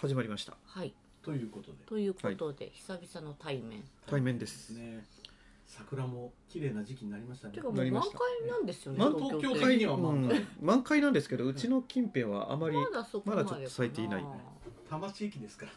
始まりました。 はい。 ということで。 久々の対面。 対面ですね。桜も綺麗な時期になりましたね。 てかもう満開なんですよね。 東京的には満開なんですけど、うちの近辺はあまりまだちょっと咲いていない。 多摩地域ですから。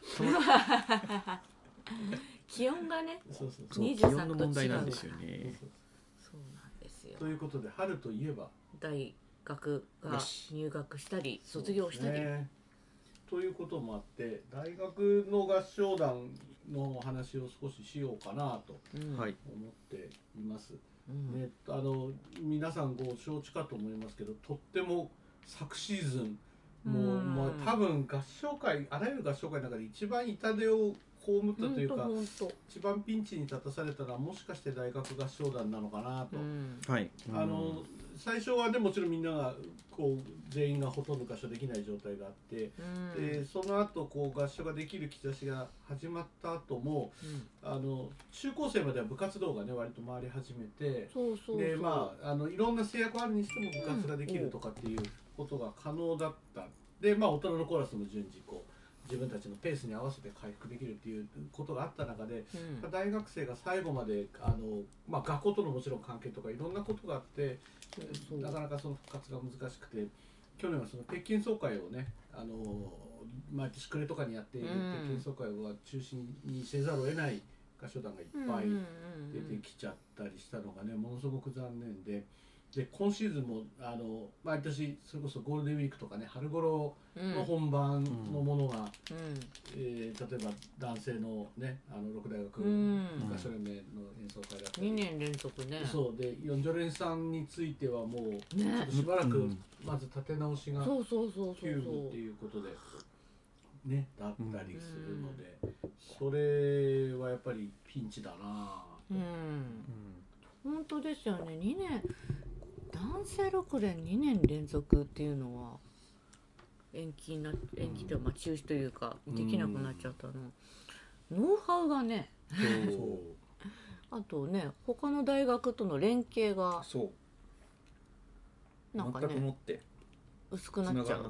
気温がね、 そう気温の問題なんですよね。 そうなんですよ。 ということで春といえば大学が入学したり卒業したり。 ということもあって大学の合唱団の話を少ししようかなと思っています。ね、皆さんご承知かと思いますけど、とっても昨シーズンもう多分合唱会あらゆる合唱会の中で一番痛手を被ったというか、一番ピンチに立たされたのはもしかして大学合唱団なのかなと。最初はねもちろんみんながこう全員がほとんど合唱できない状態があって、でその後こう合唱ができる兆しが始まった後も、中高生までは部活動がね割と回り始めて、でいろんな制約あるにしても部活ができるとかっていうことが可能だった。で大人のコーラスも順次こう自分たちのペースに合わせて回復できるっていうことがあった中で、大学生が最後まで学校とのもちろん関係とかいろんなことがあってなかなかその復活が難しくて、去年はその鉄筋総会をね毎年暮れとかにやっている鉄筋総会は中止にせざるを得ない合唱団がいっぱい出てきちゃったりしたのがねものすごく残念で。で今シーズンも毎年それこそゴールデンウィークとかね春頃の本番のものが、例えば男性のね六大学合唱連盟の演奏会だったり 2年連続ね。 そうで四女連さんについてはもうちょっとしばらくまず立て直しが急務っていうことでねだったりするので、それはやっぱりピンチだな。 本当ですよね。2年男性6連2年連続っていうのは延期というか中止というかできなくなっちゃったの、ノウハウがねあとね他の大学との連携がなんかね全くもって薄くなっちゃう。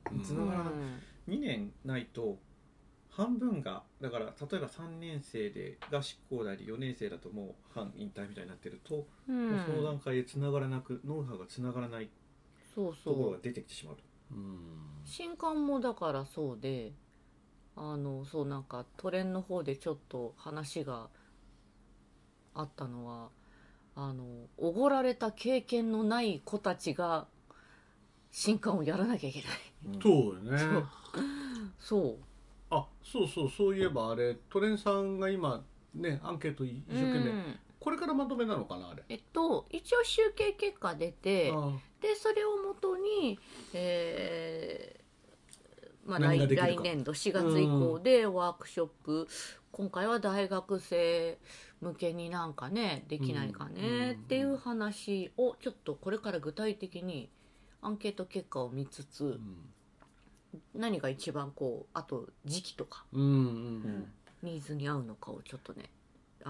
2年ないと半分がだから例えば3年生で合宿校なり4年生だともう半引退みたいになってると、もうその段階でつながらなくノウハウがつながらないところが出てきてしまうと。 新刊もだからそうでそうなんかトレンの方でちょっと話があったのはおごられた経験のない子たちが新刊をやらなきゃいけない。 そうね。 そうそういえばあれトレンさんが今ねアンケート一生懸命、これからまとめなのかなあれ。 一応集計結果出て、でそれをもとに、来年度4月以降でワークショップ、今回は大学生向けになんかねできないかねっていう話をちょっとこれから具体的にアンケート結果を見つつ、何が一番こうあと時期とかニーズに合うのかをちょっとね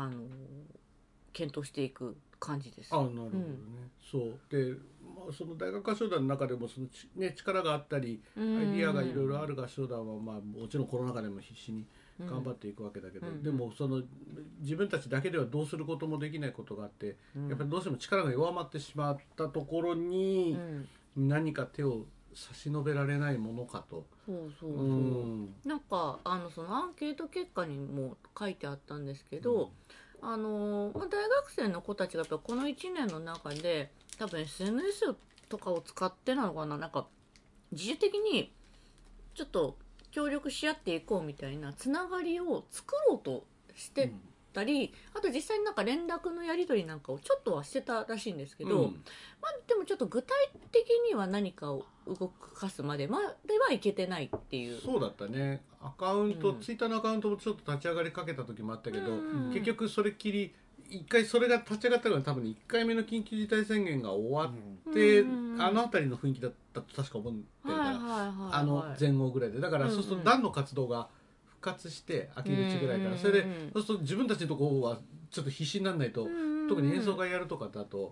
検討していく感じです。 なるほどね。そうで、その大学合唱団の中でもその力があったりアイディアがいろいろある合唱団はもちろんコロナ禍でも必死に頑張っていくわけだけど、でもその自分たちだけではどうすることもできないことがあって、やっぱりどうしても力が弱まってしまったところに何か手を差し伸べられないものかと。 なんかそのアンケート結果にも書いてあったんですけど、大学生の子たちがやっぱこの1年の中で多分 SNS とかを使ってなのかな、なんか自主的にちょっと協力し合っていこうみたいなつながりを作ろうとしてたり、あと実際になんか連絡のやり取りなんかをちょっとはしてたらしいんですけど、でもちょっと具体的には何かを動かすまではいけてないっていう。 そうだったね。アカウント、ツイッターのアカウントもちょっと立ち上がりかけた時もあったけど、結局それっきり一回それが立ち上がったのは多分1回目の緊急事態宣言が終わって、あの辺りの雰囲気だったと確か思ってるから、前後ぐらいでだからそうすると団の活動が復活して秋口ぐらいから、それでそうすると自分たちのところはちょっと必死にならないと、特に演奏会やるとかだと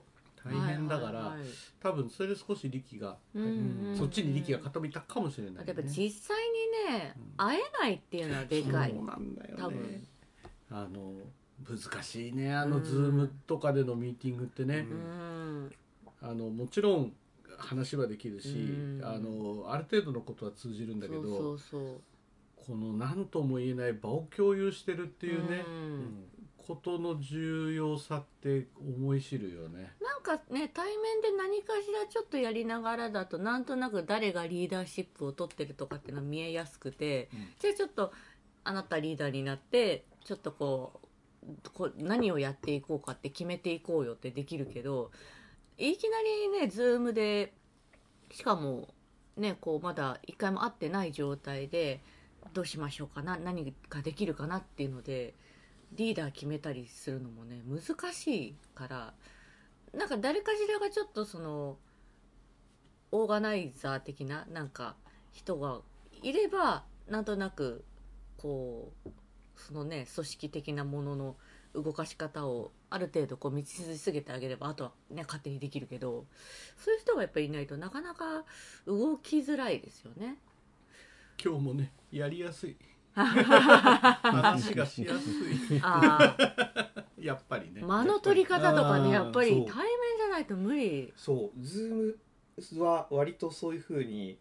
大変だから、多分それで少し力が、そっちに力が傾いたかもしれない、ね、 やっぱ実際にね、会えないっていうのはでかい。 そうなんだよね、 多分難しいね、ズームとかでのミーティングってね、もちろん話はできるし、ある程度のことは通じるんだけど、この何とも言えない場を共有してるっていうね、ことの重要さって思い知るよね。 なんかね、対面で何かしらちょっとやりながらだと、なんとなく誰がリーダーシップを取ってるとかっていうのが見えやすくて、じゃあちょっとあなたリーダーになってちょっとこう何をやっていこうかって決めていこうよってできるけど、いきなりね、ズームで、しかもね、こうまだ一回も会ってない状態でどうしましょうかな、何ができるかなっていうのでリーダー決めたりするのもね、難しいから、なんか誰かしらがちょっとそのオーガナイザー的ななんか人がいれば、なんとなくこうそのね、組織的なものの動かし方をある程度こう道筋すげてあげれば、あとはね勝手にできるけど、そういう人がやっぱりいないとなかなか動きづらいですよね。 今日もね、やりやすい話がしやすいやっぱりね、 間の取り方とかね、やっぱり対面じゃないと無理。 そうズームは割とそういうふうに、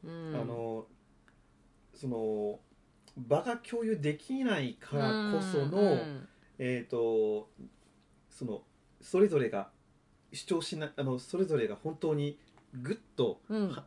その場が共有できないからこその、そのそれぞれが主張しな、それぞれが本当にグッと、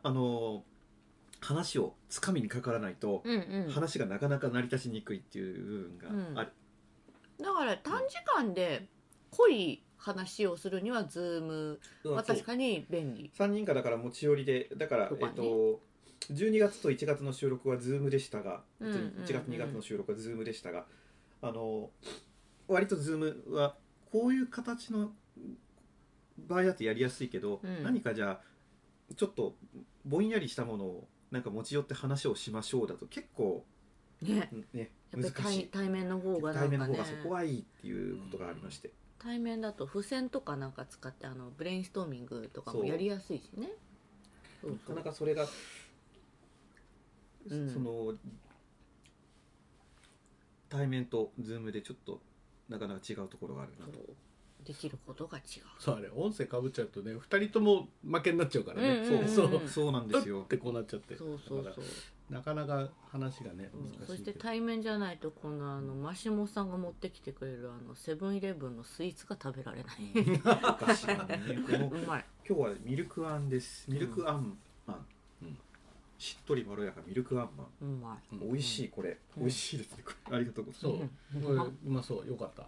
話をつかみにかからないと、話がなかなか成り立ちにくいっていう部分がある、 だから短時間で濃い話をするにはズームは確かに便利。 3人かだから持ち寄りで、だから、12月と1月の収録はズームでしたが、1月2月の収録はズームでしたが、割とズームはこういう形の場合だとやりやすいけど、何かじゃあちょっとぼんやりしたものをなんか持ち寄って話をしましょうだと結構ね難しい。 対面の方がなんかね、 対面の方がそこはいいっていうことがありまして、 対面だと付箋とかなんか使ってブレインストーミングとかもやりやすいしね。 なかなかそれが、その対面とズームでちょっとなかなか違うところがあるなと。 できることが違う。 そう、あれ音声かぶっちゃうとね、2人とも負けになっちゃうからね。 そうなんですよ。 ってこうなっちゃって、なかなか話がね、難しい。 そして対面じゃないと、このマシモさんが持ってきてくれるセブンイレブンのスイーツが食べられない。 おかしいね。うまい。今日はミルクあんです。ミルクあんまん。しっとりまろやかミルクあんまん。うまい。美味しい、これ。美味しいですね。ありがとうございます。 そう、これうまそう、よかった。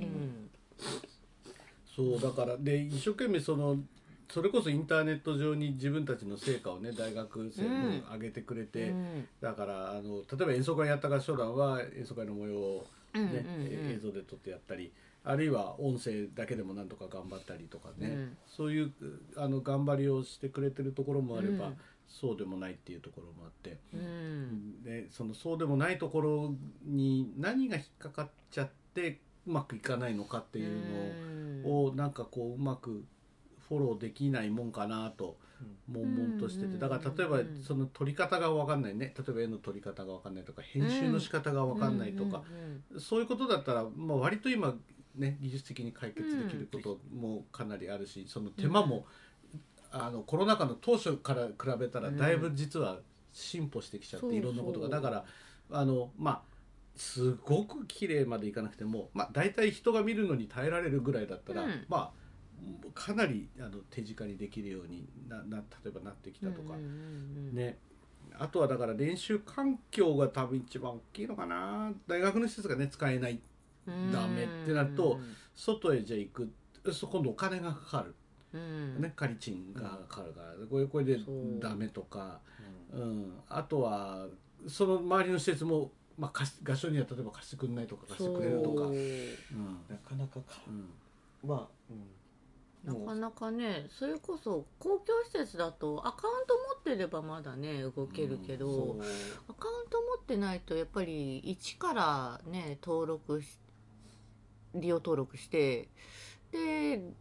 そうだからで、一生懸命それこそインターネット上に自分たちの成果をね、大学生も上げてくれて、だから例えば演奏会やった合唱団は演奏会の模様を、ね映像で撮ってやったり、あるいは音声だけでもなんとか頑張ったりとかね、そういう頑張りをしてくれてるところもあれば、そうでもないっていうところもあって、でそうでもないところに何が引っかかっちゃってうまくいかないのかっていうのをなんかこううまくフォローできないもんかなと悶々としてて、だから例えばその撮り方が分かんないね、例えば絵の撮り方が分かんないとか編集の仕方が分かんないとか、そういうことだったら、割と今ね技術的に解決できることもかなりあるし、その手間もコロナ禍の当初から比べたらだいぶ実は進歩してきちゃって、いろんなことが、だからすごく綺麗までいかなくても、だいたい人が見るのに耐えられるぐらいだったら、かなり手近にできるように例えばなってきたとか、ね。あとはだから練習環境が多分一番大きいのかな。大学の施設がね使えない、ダメってなると、外へじゃあ行く、今度お金がかかる、借り賃がかかるから、これでダメとか、あとはその周りの施設も合唱には例えば貸してくれないとか貸してくれるとか、 なかなかなかなかね、それこそ公共施設だとアカウント持ってればまだね動けるけど、アカウント持ってないとやっぱり一からね利用登録して、で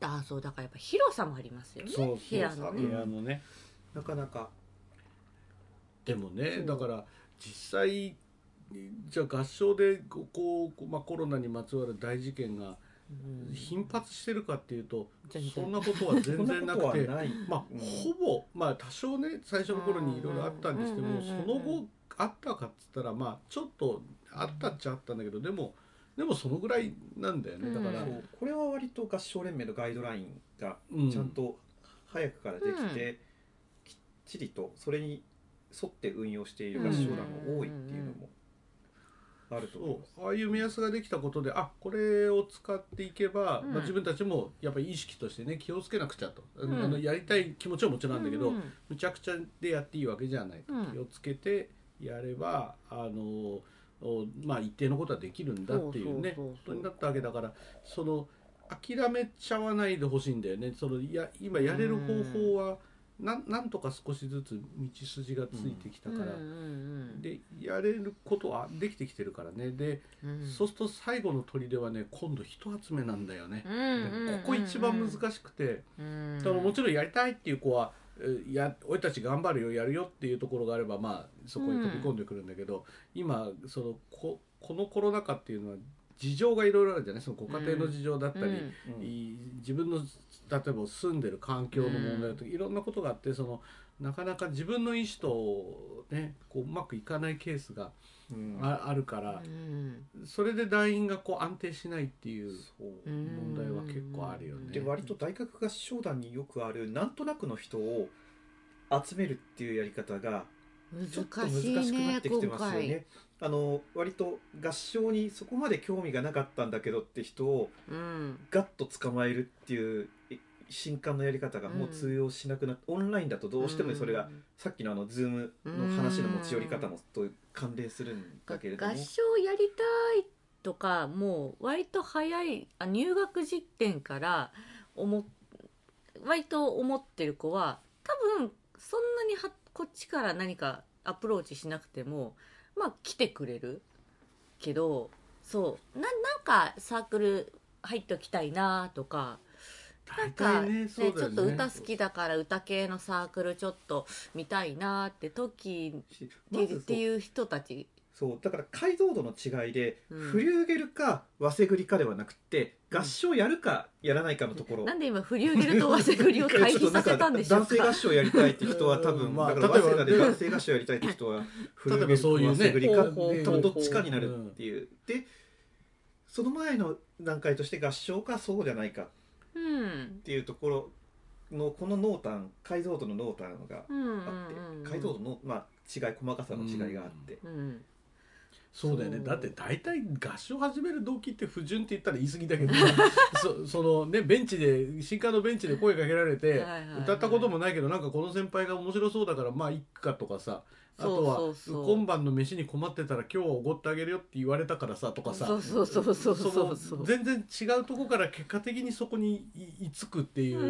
そうだからやっぱ広さもありますよね。 そう部屋のね。 部屋のね。 なかなかでもね、だから実際じゃあ合唱でコロナにまつわる大事件が頻発してるかっていうと、そんなことは全然なくてほぼ多少ね最初の頃にいろいろあったんですけども、その後あったかっつったらちょっとあったっちゃあったんだけど、でもそのぐらいなんだよね。だからこれは割と合唱連盟のガイドラインがちゃんと早くからできて、きっちりとそれに沿って運用している合唱団が多いっていうのもあると思います。 ああいう目安ができたことで、これを使っていけば、自分たちもやっぱり意識としてね気をつけなくちゃと、やりたい気持ちはもちろんなんだけど、むちゃくちゃでやっていいわけじゃないと、気をつけてやれば一定のことはできるんだっていうねことになったわけだから、その諦めちゃわないでほしいんだよね。今やれる方法はなんとか少しずつ道筋がついてきたから、でやれることはできてきてるからね。で、そうすると最後の砦はね今度人集めなんだよね。ここ一番難しくて、もちろんやりたいっていう子は俺たち頑張るよやるよっていうところがあればそこに飛び込んでくるんだけど、今このコロナ禍っていうのは事情がいろいろあるじゃない。そのご家庭の事情だったり、自分の例えば住んでる環境の問題とかいろんなことがあって、なかなか自分の意思とねうまくいかないケースがあるから、それで団員が安定しないっていう問題は結構あるよね。 で割と大学合唱団によくあるなんとなくの人を集めるっていうやり方がちょっと難しくなってきてますよね。割と合唱にそこまで興味がなかったんだけどって人をガッと捕まえるっていう新刊のやり方がもう通用しなくなって、オンラインだとどうしてもそれがさっきのズームの話の持ち寄り方もと関連するんだけれども、 合唱やりたいとかもう割と早い入学時点から割と思ってる子は多分そんなにこっちから何かアプローチしなくても来てくれるけど、なんかサークル入っておきたいなとか、なんかちょっと歌好きだから歌系のサークルちょっと見たいなって時っていう人たち。 だから解像度の違いで、フリューゲルかワセグリかではなくて合唱やるかやらないかのところ、 なんで今フリューゲルとワセグリを対比させたんでしょうか。 男性合唱やりたいって人は多分だからワセガで男性合唱やりたいって人はフリューゲルかワセグリか多分どっちかになるっていう。でその前の段階として合唱かそうじゃないかっていうところのこの濃淡、解像度の濃淡があって、解像度の違い、細かさの違いがあって、 そうだよね。だって大体合唱始める動機って不純って言ったら言い過ぎだけどベンチで新刊のベンチで声かけられて歌ったこともないけど、なんかこの先輩が面白そうだからいっかとかさ、あとは今晩の飯に困ってたら今日はおごってあげるよって言われたからさとかさ、全然違うとこから結果的にそこに居つくっていう、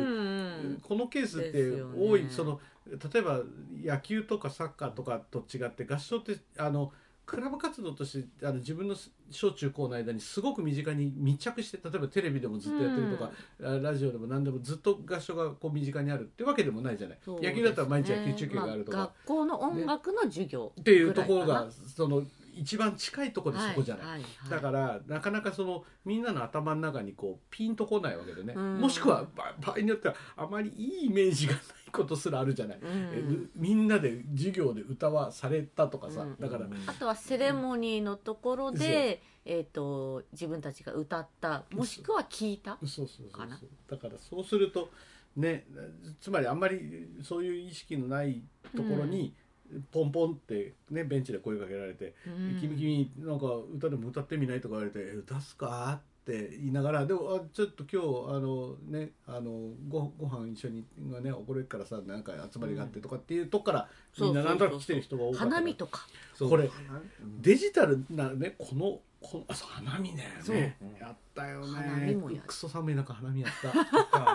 このケースって多い。例えば野球とかサッカーとかと違って合唱ってクラブ活動として自分の小中高の間にすごく身近に密着して、例えばテレビでもずっとやってるとか、ラジオでも何でもずっと合唱が身近にあるってわけでもないじゃない。野球だったら毎日野球中継があるとか、 学校の音楽の授業、 っていうところが一番近いところでそこじゃない、だからなかなかみんなの頭の中にピンとこないわけでね、もしくは場合によってはあまりいいイメージがないことすらあるじゃない、みんなで授業で歌わされたとかさ、だからあとはセレモニーのところで、自分たちが歌ったもしくは聞いたかな。 だからそうするとね、つまりあんまりそういう意識のないところに、ポンポンってねベンチで声かけられて「君なんか歌でも歌ってみない?」とか言われて「歌っすか?」って言いながら、でもちょっと今日ご飯一緒にねおこれからさ、なんか集まりがあってとかっていうとこからみんななんとなく来てる人が多かった。 花見とかこれデジタルなね花見ね、やったよね。クソ寒い中花見やった。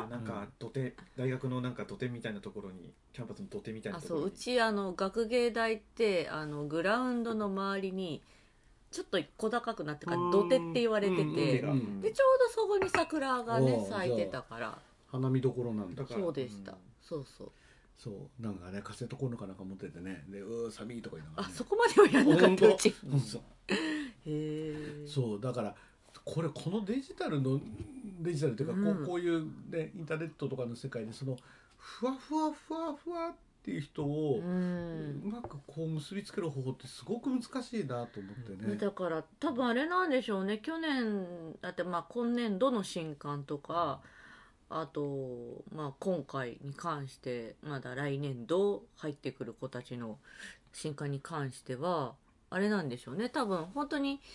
なんか大学のなんか土手みたいなところに、キャンパスの土手みたいなところに。 うち学芸大ってグラウンドの周りにちょっと小高くなってから土手って言われてて、でちょうどそこに桜がね咲いてたから。 花見どころなんだから。 そうでした、そうそうなんかねカセットコンロかなんか持っててねで寒いとか言いながら、 あそこまではやらなかったうちそうへそうだからこのデジタルというか、こういう、ね、インターネットとかの世界でそのふわふわっていう人をうまくこう結びつける方法ってすごく難しいなと思ってね。 だから多分あれなんでしょうね、去年だって今年度の新刊とかあと今回に関してまだ来年度入ってくる子たちの新刊に関してはあれなんでしょうね、多分本当に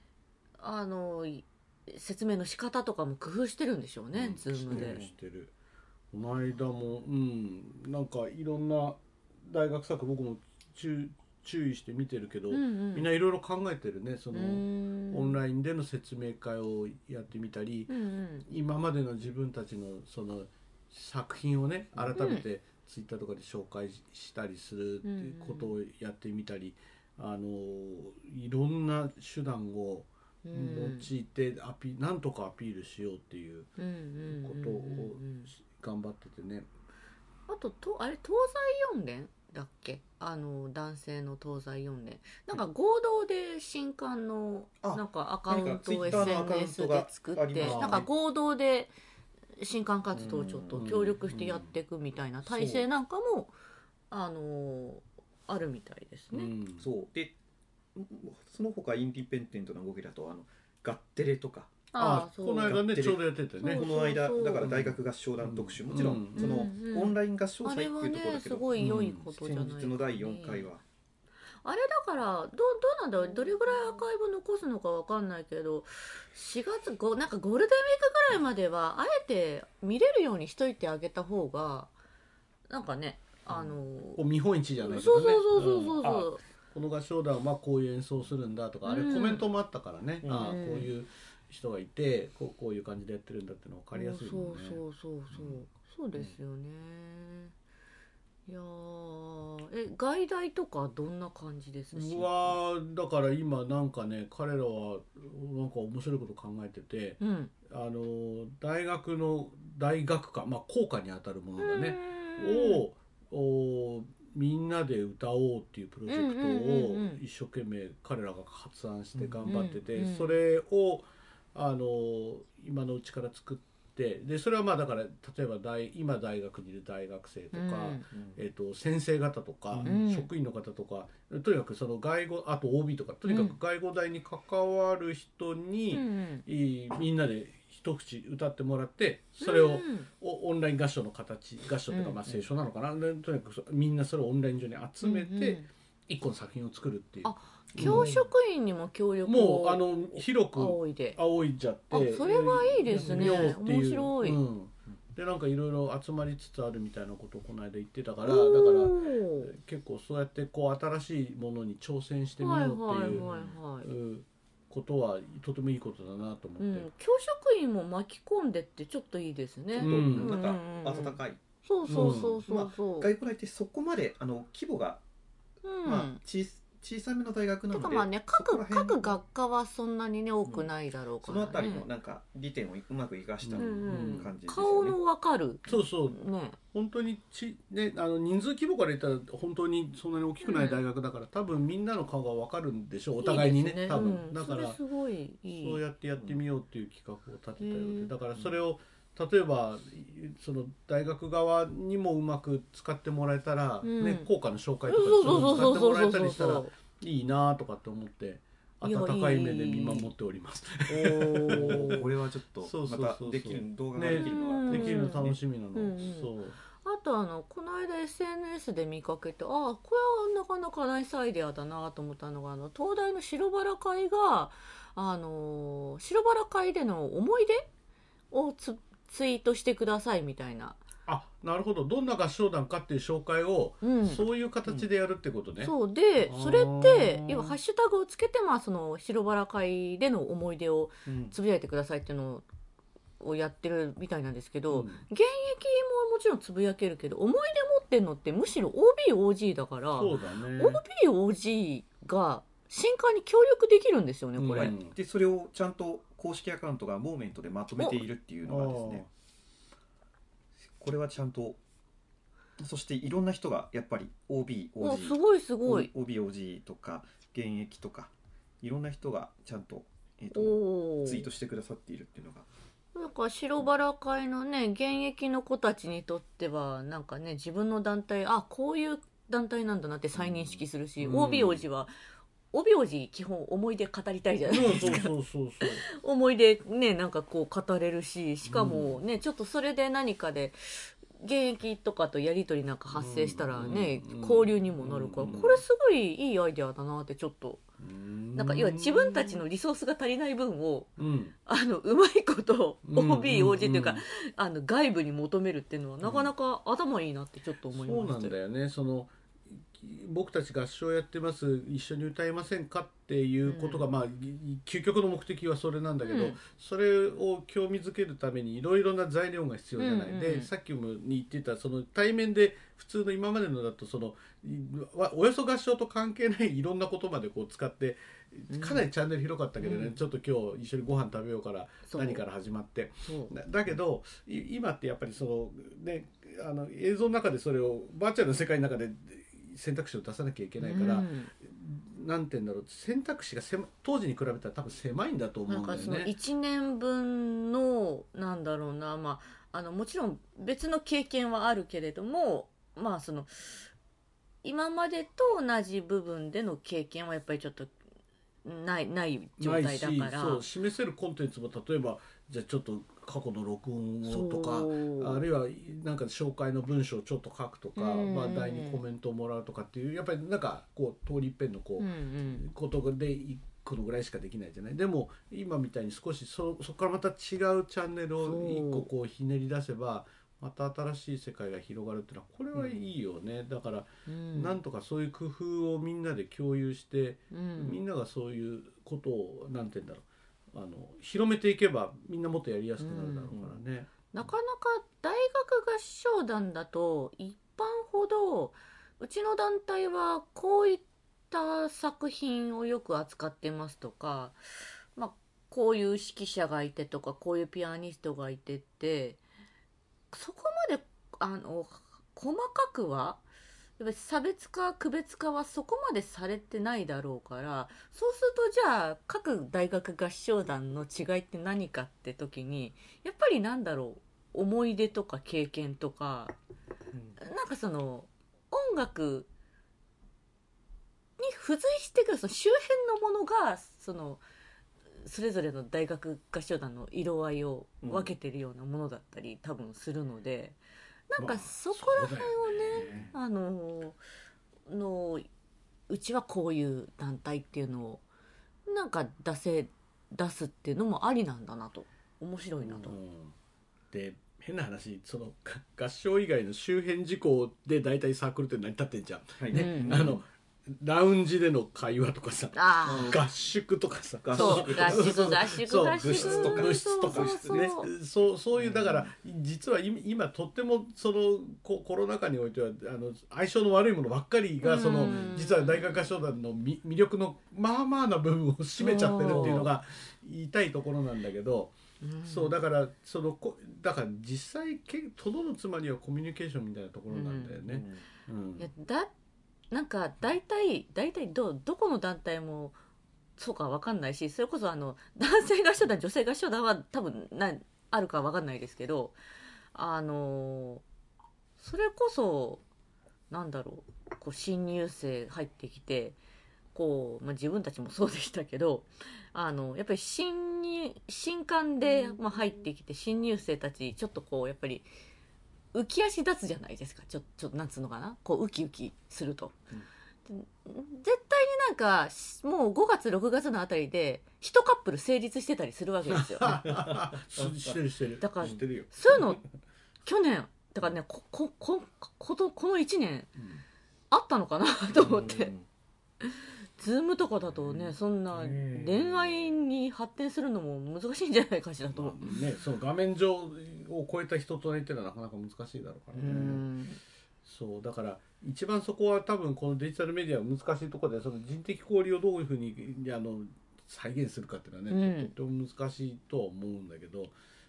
説明の仕方とかも工夫してるんでしょうね、ズームで。 してる。この間もなんかいろんな大学作僕も注意して見てるけど、みんないろいろ考えてるね。そのオンラインでの説明会をやってみたり、今までの自分たちのその作品をね改めてツイッターとかで紹介したりするっていうことをやってみたり、いろんな手段を用いてなんとかアピールしようっていうことを頑張っててね。 あとあれ東西4連だっけ、男性の東西4連なんか合同で新刊のなんかアカウントを SNS で作ってなんか合同で新刊活動をちょっと協力してやっていくみたいな体制なんかもあるみたいですね。 そうでその他インディペンデントな動きだとガッテレとかこの間ねちょうどやっててね、 この間だから大学合唱団特集、もちろんそのオンライン合唱祭っていうところだけど、 すごい良いことじゃないか、 先日の第4回はあれだからどうなんだろう、どれぐらいアーカイブ残すのかわかんないけど4月なんかゴールデンウィークぐらいまではあえて見れるようにしといてあげた方がなんかね見本市じゃないけどね、 そうこの合唱団はこういう演奏するんだとか、あれコメントもあったからね、こういう人がいてこういう感じでやってるんだっていうの分かりやすいもんね。 そうですよね。いや外大とかどんな感じですか？ だから今なんかね彼らはなんか面白いこと考えてて、大学の大学科校科にあたるものだねをみんなで歌おうっていうプロジェクトを一生懸命彼らが発案して頑張ってて、それを今のうちから作って、でそれはだから例えば今大学にいる大学生とか、先生方とか、職員の方とかとにかくそのあと OB とかとにかく外語大に関わる人に、みんなで一口歌ってもらって、それをオンライン合唱の形、合唱というか聖書なのかな、とにかくみんなそれをオンライン上に集めて一個の作品を作るっていう。 教職員にも協力をもう広く仰いじゃって、 それはいいですね、面白い。 でなんかいろいろ集まりつつあるみたいなことをこの間言ってたから、結構そうやって新しいものに挑戦してみようっていうことはとてもいいことだなと思って、 教職員も巻き込んでってちょっといいですね。 なんか温かい。 そう外国大ってそこまで規模が小さめの大学なので、 各学科はそんなにね多くないだろうからね。 そのあたりのなんか利点をうまく生かした感じですよね。 顔の分かる。 ね、本当に人数規模から言ったら本当にそんなに大きくない大学だから、多分みんなの顔が分かるんでしょう、お互いにね、多分だからそうやってやってみようっていう企画を立てたようで、だからそれを例えばその大学側にもうまく使ってもらえたら、効果の紹介とかで使ってもらえたりしたらいいなとかって思って温かい目で見守っております。 これはちょっとまたできる動画ができるの楽しみなの。 あとこの間 SNS で見かけてこれはなかなかナイスアイデアだなと思ったのが東大の白バラ会が白バラ会での思い出をツイートしてくださいみたいな。 なるほど、どんな合唱団かっていう紹介を、そういう形でやるってことね。 そうで、それって要はハッシュタグをつけてその白バラ会での思い出をつぶやいてくださいっていうのをやってるみたいなんですけど、現役ももちろんつぶやけるけど思い出持ってんのってむしろ OB/OG だから、 そうだね、 OB/OG が新刊に協力できるんですよねこれ、 でそれをちゃんと公式アカウントがモーメントでまとめているっていうのがですね、 これはちゃんと、そしていろんな人がやっぱり OB、OG、 すごいすごい OB、OG とか現役とかいろんな人がちゃんと、ツイートしてくださっているっていうのが、 なんか白バラ会のね現役の子たちにとってはなんかね自分の団体こういう団体なんだなって再認識するし、OB 王子は帯王子基本思い出語りたいじゃないですか。思い出ねなんかこう語れるし、しかもね、ちょっとそれで何かで現役とかとやり取りなんか発生したらね、交流にもなるから、これすごいいいアイデアだなってちょっと。なんか要は自分たちのリソースが足りない分を、うまいこと OB、OG っていうか、外部に求めるっていうのはなかなか頭いいなってちょっと思いました。 そうなんだよね。僕たち合唱やってます、一緒に歌いませんかっていうことが、究極の目的はそれなんだけど、それを興味づけるためにいろいろな材料が必要じゃない、でさっきも言ってたその対面で普通の今までのだとおよそ合唱と関係ないいろんなことまでこう使ってかなりチャンネル広かったけどね、ちょっと今日一緒にご飯食べようから何から始まって、だけど今ってやっぱり映像の中でそれをバーチャルの世界の中で選択肢を出さなきゃいけないから、なんて言うんだろう、選択肢が当時に比べたら多分狭いんだと思うんだよね。 なんかその1年分のなんだろうな、もちろん別の経験はあるけれども、今までと同じ部分での経験はやっぱりちょっとない状態だから、 そう示せるコンテンツも例えばじゃあちょっと過去の録音をとか、あるいはなんか紹介の文章をちょっと書くとか、台にコメントをもらうとかっていう、やっぱりなんかこう通り一遍のことでこのぐらいしかできないじゃない。でも今みたいに少しそこからまた違うチャンネルを一個こうひねり出せばまた新しい世界が広がるっていうのはこれはいいよね。だからなんとかそういう工夫をみんなで共有して、みんながそういうことをなんて言うんだろう、広めていけばみんなもっとやりやすくなるだろうからね。 なかなか大学合唱団だと一般ほどうちの団体はこういった作品をよく扱ってますとか、こういう指揮者がいてとかこういうピアニストがいてってそこまで細かくはやっぱり差別化区別化はそこまでされてないだろうから、そうするとじゃあ各大学合唱団の違いって何かって時にやっぱりなんだろう、思い出とか経験とか、なんかその音楽に付随してくるその周辺のものがそれぞれの大学合唱団の色合いを分けてるようなものだったり多分するので、なんかそこら辺をね、うちはこういう団体っていうのをなんか出すっていうのもありなんだなと、面白いなと。 で変な話、合唱以外の周辺事項で大体サークルって成り立ってんじゃん、ね、ラウンジでの会話とかさ、合宿とかさ、 合宿部室とかね、そういうだから実は今とってもコロナ禍においては相性の悪いものばっかりが実は大学合唱団の魅力のまあまあな部分を占めちゃってるっていうのが痛いところなんだけど、そうだから実際とどのつまりはコミュニケーションみたいなところなんだよね。 なんか大体どこの団体もそうか分かんないし、それこそ男性合唱団女性合唱団は多分あるか分かんないですけど、それこそなんだろう、こう新入生入ってきて自分たちもそうでしたけど、やっぱり新歓で、入ってきて新入生たちちょっとやっぱり浮き足立つじゃないですか。ちょっとなんつうのかな、ウキウキすると、絶対になんかもう5月6月のあたりで1カップル成立してたりするわけですよしてるだからしてるよ。 そういうの去年だからね、この1年、あったのかなと思って、ズームとかだとね、そんな恋愛に発展するのも難しいんじゃないかしらと、 その画面上を超えた人とねっていうのはなかなか難しいだろうからね。そうだから一番そこは多分このデジタルメディアは難しいところで、その人的交流をどういうふうに再現するかっていうのはね、とっても難しいとは思うんだけど、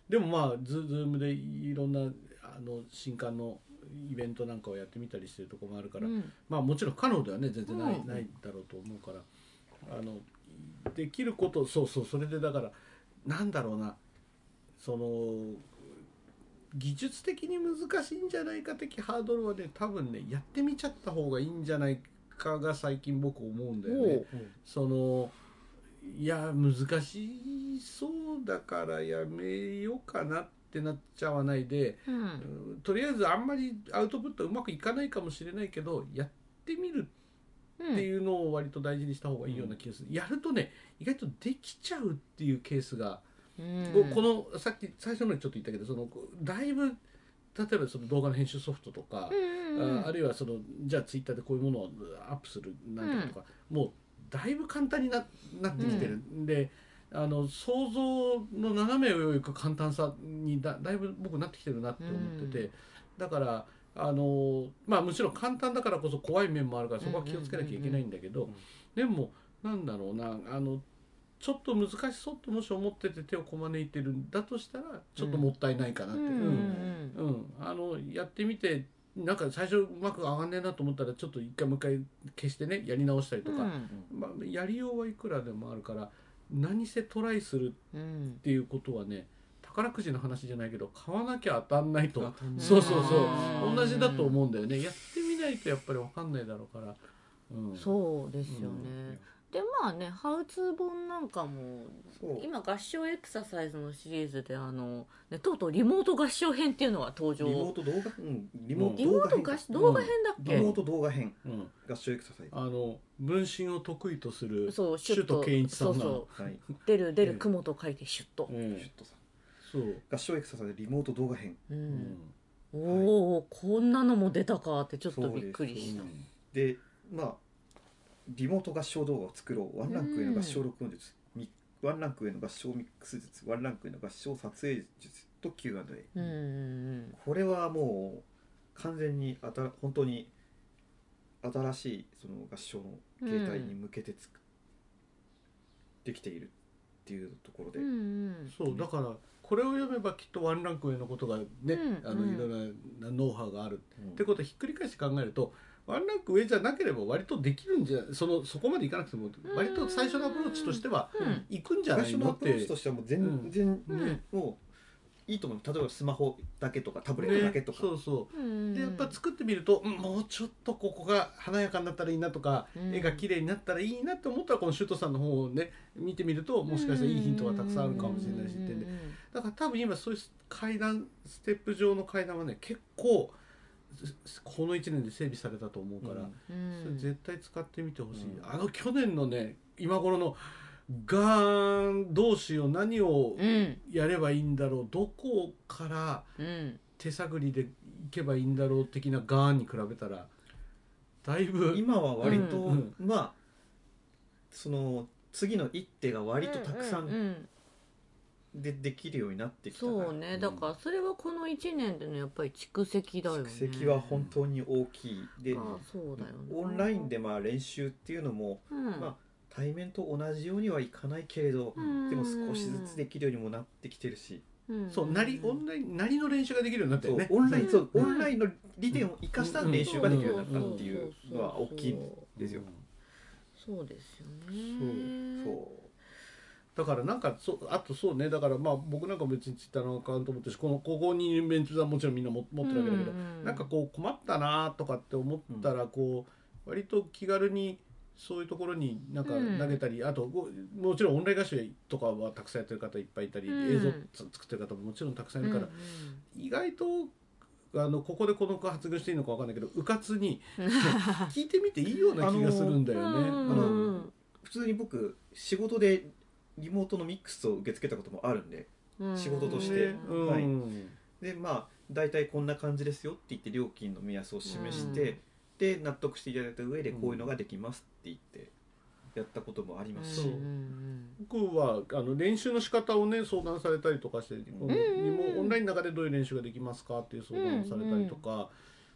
でもまあズームでいろんな新刊のイベントなんかをやってみたりしてるところもあるから、まあもちろん可能ではね全然ないだろうと思うから、できることそれでだからなんだろうな、その技術的に難しいんじゃないか的ハードルはね多分ねやってみちゃった方がいいんじゃないかが最近僕思うんだよね。そのいや難しそうだからやめようかなってなっちゃわないで、とりあえずあんまりアウトプットうまくいかないかもしれないけどやってみるっていうのを割と大事にした方がいいような気がする。やるとね意外とできちゃうっていうケースが、このさっき最初のにちょっと言ったけど、そのだいぶ例えばその動画の編集ソフトとか、あるいはそのじゃあツイッターでこういうものをアップするなんとか、もうだいぶ簡単になってきてるんで、想像の斜めを行く簡単さにだいぶ僕なってきてるなって思ってて、だからまあもちろん簡単だからこそ怖い面もあるからそこは気をつけなきゃいけないんだけど、でもなんだろうな、ちょっと難しそうともし思ってて手をこまねいてるんだとしたらちょっともったいないかなって、やってみてなんか最初うまく上がんねえなと思ったらちょっと一回もう一回消してねやり直したりとか、まあ、やりようはいくらでもあるから何せトライするっていうことはね、宝くじの話じゃないけど買わなきゃ当たんないと、そう同じだと思うんだよね。やってみないとやっぱり分かんないだろうから、 そうですよね。でまあねハウツー本なんかも今合唱エクササイズのシリーズでとうとうリモート合唱編っていうのが登場。 リモート動画、 リモート動画編だっけ、 リモート動画編、合唱エクササイズ、 分身を得意とするシュット健一さんが出る雲と書いてシュット、 シュットさん、そう合唱エクササイズリモート動画編、 おお、こんなのも出たかってちょっとびっくりした。 でまあリモート合唱動画を作ろう、ワンランク上の合唱録音術、ワンランク上の合唱ミックス術、ワンランク上の合唱撮影術と Q&A、これはもう完全に本当に新しいその合唱の形態に向けてできているっていうところで、 そうだからこれを読めばきっとワンランク上のことがね、いろんなノウハウがある、ってことをひっくり返して考えるとワンランク上じゃなければ割とできるんじゃ、そこまでいかなくても割と最初のアプローチとしては行くんじゃないのって、 最初のアプローチとしてはもう全然、もういいと思う。例えばスマホだけとかタブレットだけとか、でやっぱ作ってみると、もうちょっとここが華やかになったらいいなとか、絵が綺麗になったらいいなと思ったらこのシュートさんの方をね見てみるともしかしたらいいヒントがたくさんあるかもしれないしってんで、だから多分今そういう階段ステップ上の階段はね結構この1年で整備されたと思うから、それ絶対使ってみてほしい。去年のね今頃のガーンどうしよう何をやればいいんだろう、どこから手探りでいけばいいんだろう的なガーンに比べたらだいぶ今は割と、まあその次の一手が割とたくさんできるようになってきたから、 そうね、だからそれはこの1年でのやっぱり蓄積だよね。 蓄積は本当に大きいで、 そうだよね、 オンラインでまあ練習っていうのも、まあ対面と同じようにはいかないけれど、でも少しずつできるようにもなってきてるし、 そうオンラインなりの練習ができるようになってるね。 オンラインの利点を生かした練習ができるようになったっていうのは大きいんですよ。 そうですよね。 そうだからなんかあとそうね、だからまあ僕なんかも別にツイッターのアカウント持ってるし、ここにメンツはもちろんみんな持ってるわけだけど、なんかこう困ったなとかって思ったらこう割と気軽にそういうところになんか投げたり、あともちろんオンライン合唱とかはたくさんやってる方いっぱいいたり、映像作ってる方ももちろんたくさんいるから、意外とここでこの子発言していいのか分かんないけどうかつに聞いてみていいような気がするんだよね。 普通に僕仕事でリモートのミックスを受け付けたこともあるんで、仕事として、でまあ大体こんな感じですよって言って料金の目安を示して、で納得していただいた上でこういうのができますって言ってやったこともありますし、 僕は練習の仕方をね相談されたりとかして、オンラインの中でどういう練習ができますかっていう相談をされたりとか、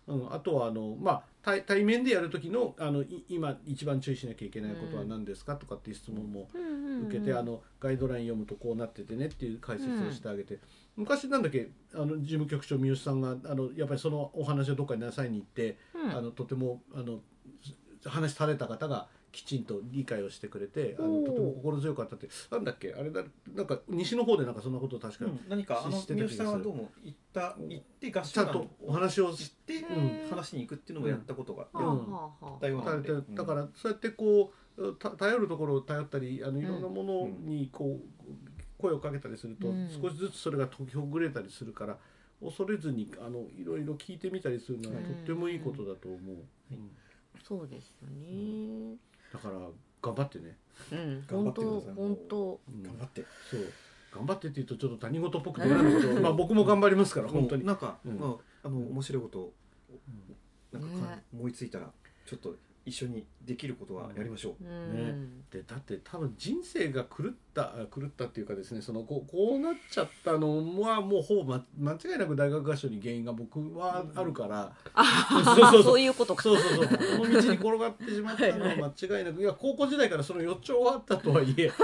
あとは対面でやる時の今一番注意しなきゃいけないことは何ですかとかっていう質問も受けて、ガイドライン読むとこうなっててねっていう解説をしてあげて、昔なんだっけ事務局長三好さんがやっぱりそのお話をどっかになさいに行って、とても話された方がきちんと理解をしてくれてとても心強かったって、なんだっけあれだ、なんか西の方でなんかそんなことを確か、 何か三好さんはどうも行って合唱団ちゃんとお話をして話しに行くっていうのもやったことがあったようなので、 だからそうやってこう頼るところを頼ったりいろんなものにこう声をかけたりすると、少しずつそれが解きほぐれたりするから、恐れずにいろいろ聞いてみたりするのはとってもいいことだと思う。 そうですよね。 だから頑張ってね。 本当本当頑張って。 そう頑張ってって言うとちょっと他人事っぽくてなんだけど、僕も頑張りますから本当に。 なんか面白いことなんか思いついたらちょっと一緒にできることはやりましょう。 でだって多分人生が狂ったっていうかですね、こうなっちゃったのはもうほぼ間違いなく大学合唱に原因が僕はあるから、 そういうことか。 そうこの道に転がってしまったのは間違いなく、いや高校時代からその予兆はあったとはいえ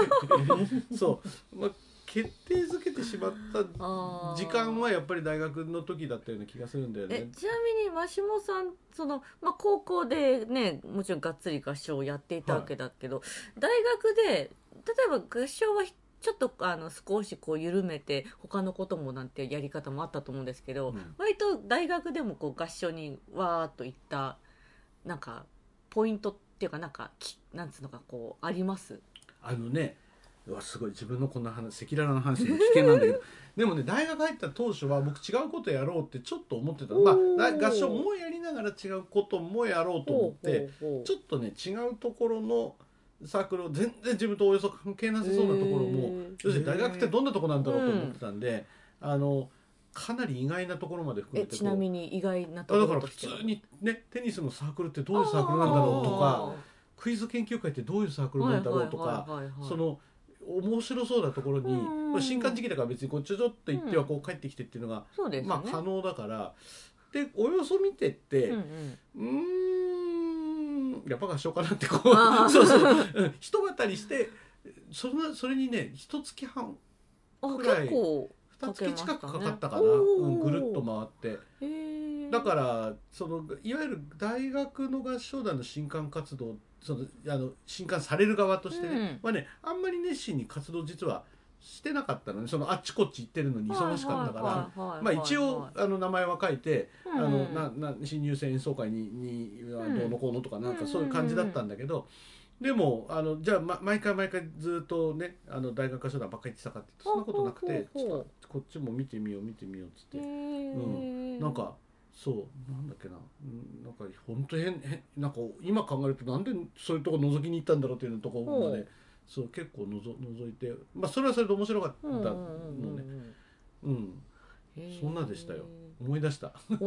決定づけてしまった時間はやっぱり大学の時だったような気がするんだよね。 ちなみにマシモさん高校でねもちろんがっつり合唱をやっていたわけだけど、大学で例えば合唱はちょっと少しこう緩めて他のこともなんてやり方もあったと思うんですけど、割と大学でもこう合唱にわーっといったなんかポイントっていうかなんつうのかこうあります？ すごい自分のこんな話赤裸々な話も危険なんだけどでもね大学入った当初は僕違うことやろうってちょっと思ってた。合唱もやりながら違うこともやろうと思ってちょっとね違うところのサークルを全然自分とおよそ関係なさそうなところも要するに大学ってどんなとこなんだろうと思ってたんで、かなり意外なところまで含めてちなみに意外なところだから普通にねテニスのサークルってどういうサークルなんだろうとかクイズ研究会ってどういうサークルなんだろうとか面白そうなところに、新刊時期だから別にこうちょちょっと行ってはこう帰ってきてっていうのが、可能だからでおよそ見てって、やっぱ合唱かなってこう一当りしてそれにね1月半くらい2月近くかかったかな、ぐるっと回って。だからいわゆる大学の合唱団の新刊活動新刊される側としてね、あんまり熱心に活動実はしてなかったのね。あっちこっち行ってるのに忙しかったから一応名前は書いて新入生演奏会にはどうのこうのとかなんかそういう感じだったんだけど、でもじゃあ毎回ずっとね大学合唱団ばっかり行ってたかってそんなことなくてちょっとこっちも見てみようっつってなんかなんだっけな、なんか本当なんか今考えるとなんでそういうとこ覗きに行ったんだろうっていうところまで結構覗いて、それはそれで面白かったのね。そんなでしたよ。思い出した。で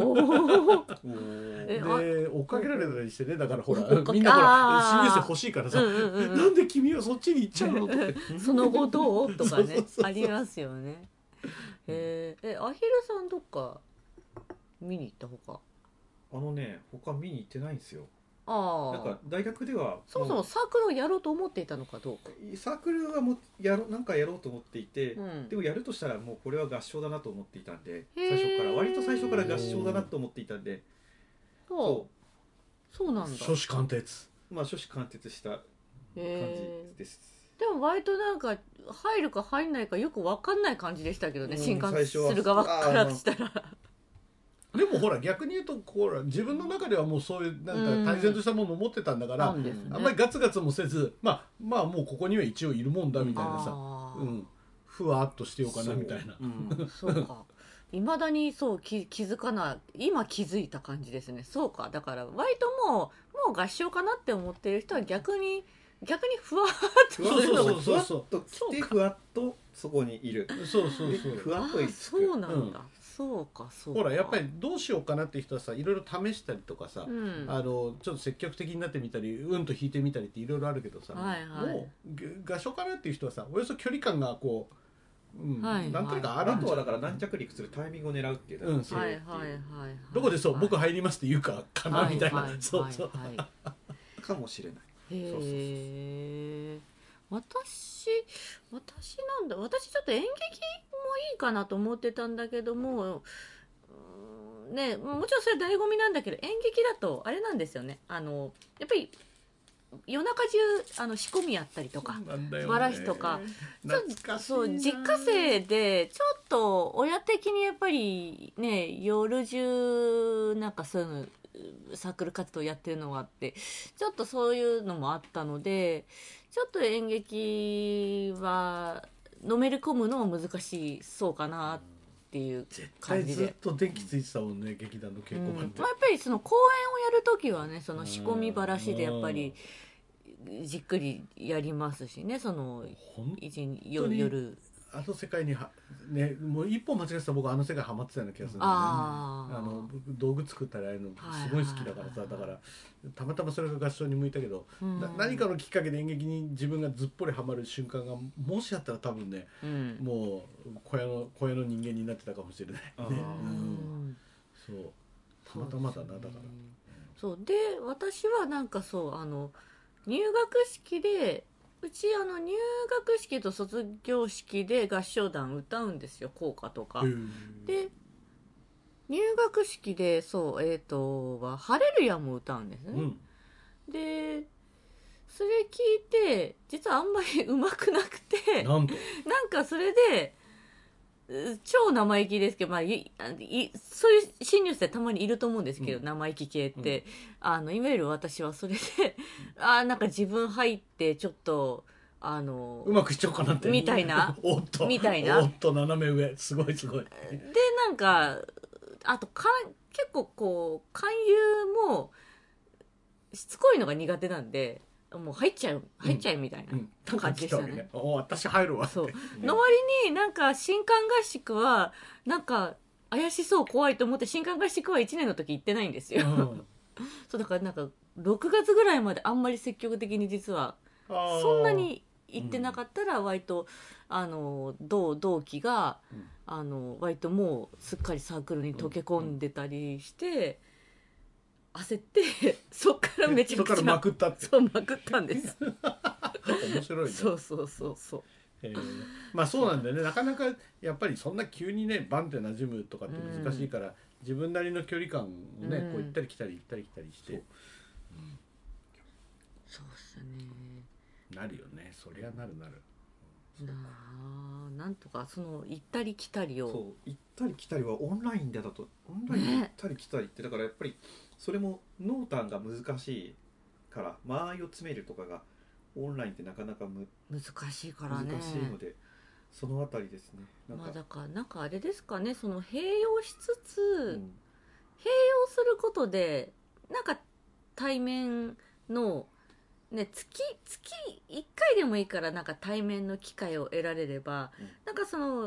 追っかけられたりしてね、だからほらみんなほら新入生欲しいからさ、なんで君はそっちに行っちゃうのって。 その後どうとかねありますよね。アヒルさんどっか見に行った他他見に行ってないんですよ。 なんか大学ではそもそもサークルをやろうと思っていたのかどうか。 サークルはなんかやろうと思っていて、でもやるとしたらもうこれは合唱だなと思っていたんで、割と最初から合唱だなと思っていたんで、 そうなんだ。 初志貫徹。 初志貫徹した感じです。 でも割となんか入るか入んないかよく分かんない感じでしたけどね、新刊する側からしたら。 でもほら逆に言うと自分の中ではもうそういうなんか大然としたものを持ってたんだから、あんまりガツガツもせずもうここには一応いるもんだみたいなさ、ふわっとしてようかなみたいな。 そうか。いまだに気づかない、今気づいた感じですね。そうか。だから割ともう合唱かなって思ってる人は逆にふわっとふわっと来てふわっとそこにいる。ふわっといく。 そうなんだ。そうか。 ほらやっぱりどうしようかなって人はさいろいろ試したりとかさ、ちょっと積極的になってみたりと弾いてみたりっていろいろあるけどさ、もう合唱かなっていう人はさおよそ距離感がこうなんというかあとはだから軟着陸するタイミングを狙うっていう、 どこで僕入りますって言うかなみたいな、そうそうかもしれない。 へえ。私なんだ、私ちょっと演劇もいいかなと思ってたんだけども、ね、もちろんそれ醍醐味なんだけど、演劇だとあれなんですよね、やっぱり夜中中仕込みやったりとか、バラシとか、そう実家生でちょっと親的にやっぱりね、夜中なんかそういうのサークル活動やってるのがあって、ちょっとそういうのもあったので、ちょっと演劇はのめり込むのも難しそうかなっていう感じで。 絶対ずっと電気ついてたもんね、劇団の稽古場って。 やっぱりその公演をやるときはね、その仕込みばらしでやっぱりじっくりやりますしね、その夜あの世界にね、もう一歩間違えてたら僕あの世界ハマってたような気がするんだよね。道具作ったりああいうのすごい好きだからさ、だからたまたまそれが合唱に向いたけど、何かのきっかけで演劇に自分がずっぽりハマる瞬間がもしあったら多分ね、もう小屋の人間になってたかもしれないね。そうたまたまだな、だから。 そうで、私はなんかそう入学式で、うち入学式と卒業式で合唱団歌うんですよ、校歌とか。で入学式ではハレルヤも歌うんですね。でそれ聞いて、実はあんまり上手くなくて、なんかそれで超生意気ですけど、そういう新入生たまにいると思うんですけど、生意気系って、いわゆる私はそれでなんか自分入ってちょっとうまくしちゃおうかなってみたいなみたいな、おっと斜め上、すごいすごい。でなんかあと結構こう勧誘もしつこいのが苦手なんで、もう入っちゃうみたいな感じでしたね。 私入るわって。 そうの割になんか新歓合宿はなんか怪しそう、怖いと思って新歓合宿は1年の時行ってないんですよ。そうだからなんか6月ぐらいまであんまり積極的に実はそんなに行ってなかったら、割と同期が割ともうすっかりサークルに溶け込んでたりして、焦ってそっからめちゃくちゃまくったって。 そうまくったんです。 面白いね。 そうまあそうなんだよね。なかなかやっぱりそんな急にねバンって馴染むとかって難しいから、自分なりの距離感をね、こう行ったり来たりして、 そうっすね。 なるよね。そりゃなる。 なんとかその行ったり来たりを、 そう行ったり来たりはオンラインでだと、オンラインで行ったり来たりって、だからやっぱりそれも濃淡が難しいから、間合いを詰めるとかがオンラインってなかなか難しいからね。 難しいので、そのあたりですね。 だからなんかあれですかね、その併用しつつ、併用することでなんか対面のね、月1回でもいいからなんか対面の機会を得られれば、なんかその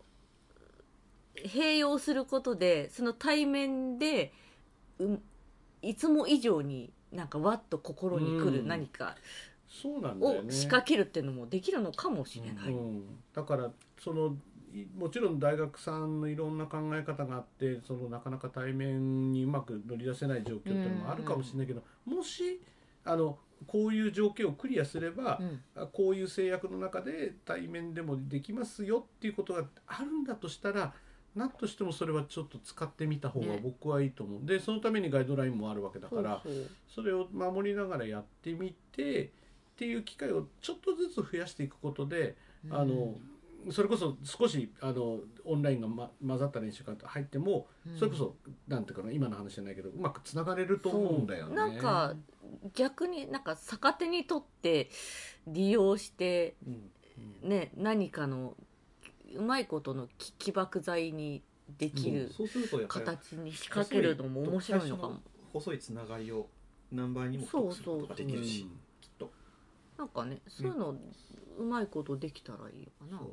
併用することでその対面で、いつも以上になんかわっと心に来る何かを仕掛けるっていうのもできるのかもしれない。 だからもちろん大学さんのいろんな考え方があって、なかなか対面にうまく乗り出せない状況っていうのもあるかもしれないけど、もしこういう条件をクリアすれば、こういう制約の中で対面でもできますよっていうことがあるんだとしたら、何としてもそれはちょっと使ってみた方が僕はいいと思う。でそのためにガイドラインもあるわけだから、それを守りながらやってみてっていう機会をちょっとずつ増やしていくことで、それこそ少しオンラインが、混ざった練習が入っても、それこそなんていうかな、今の話じゃないけどうまくつながれると思うんだよね。 なんか逆になんか逆手にとって利用して、ね、何かのうまいことの起爆剤にできる形に仕掛けるのも面白いのかも。 細いつながりを何倍にも太くすることができるし、きっとなんかね、そういうのうまいことできたらいいのかな。いやなか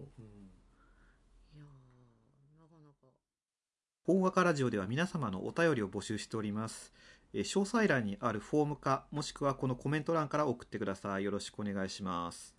なか。 本和歌ラジオでは皆様のお便りを募集しております。詳細欄にあるフォームか、もしくはこのコメント欄から送ってください。よろしくお願いします。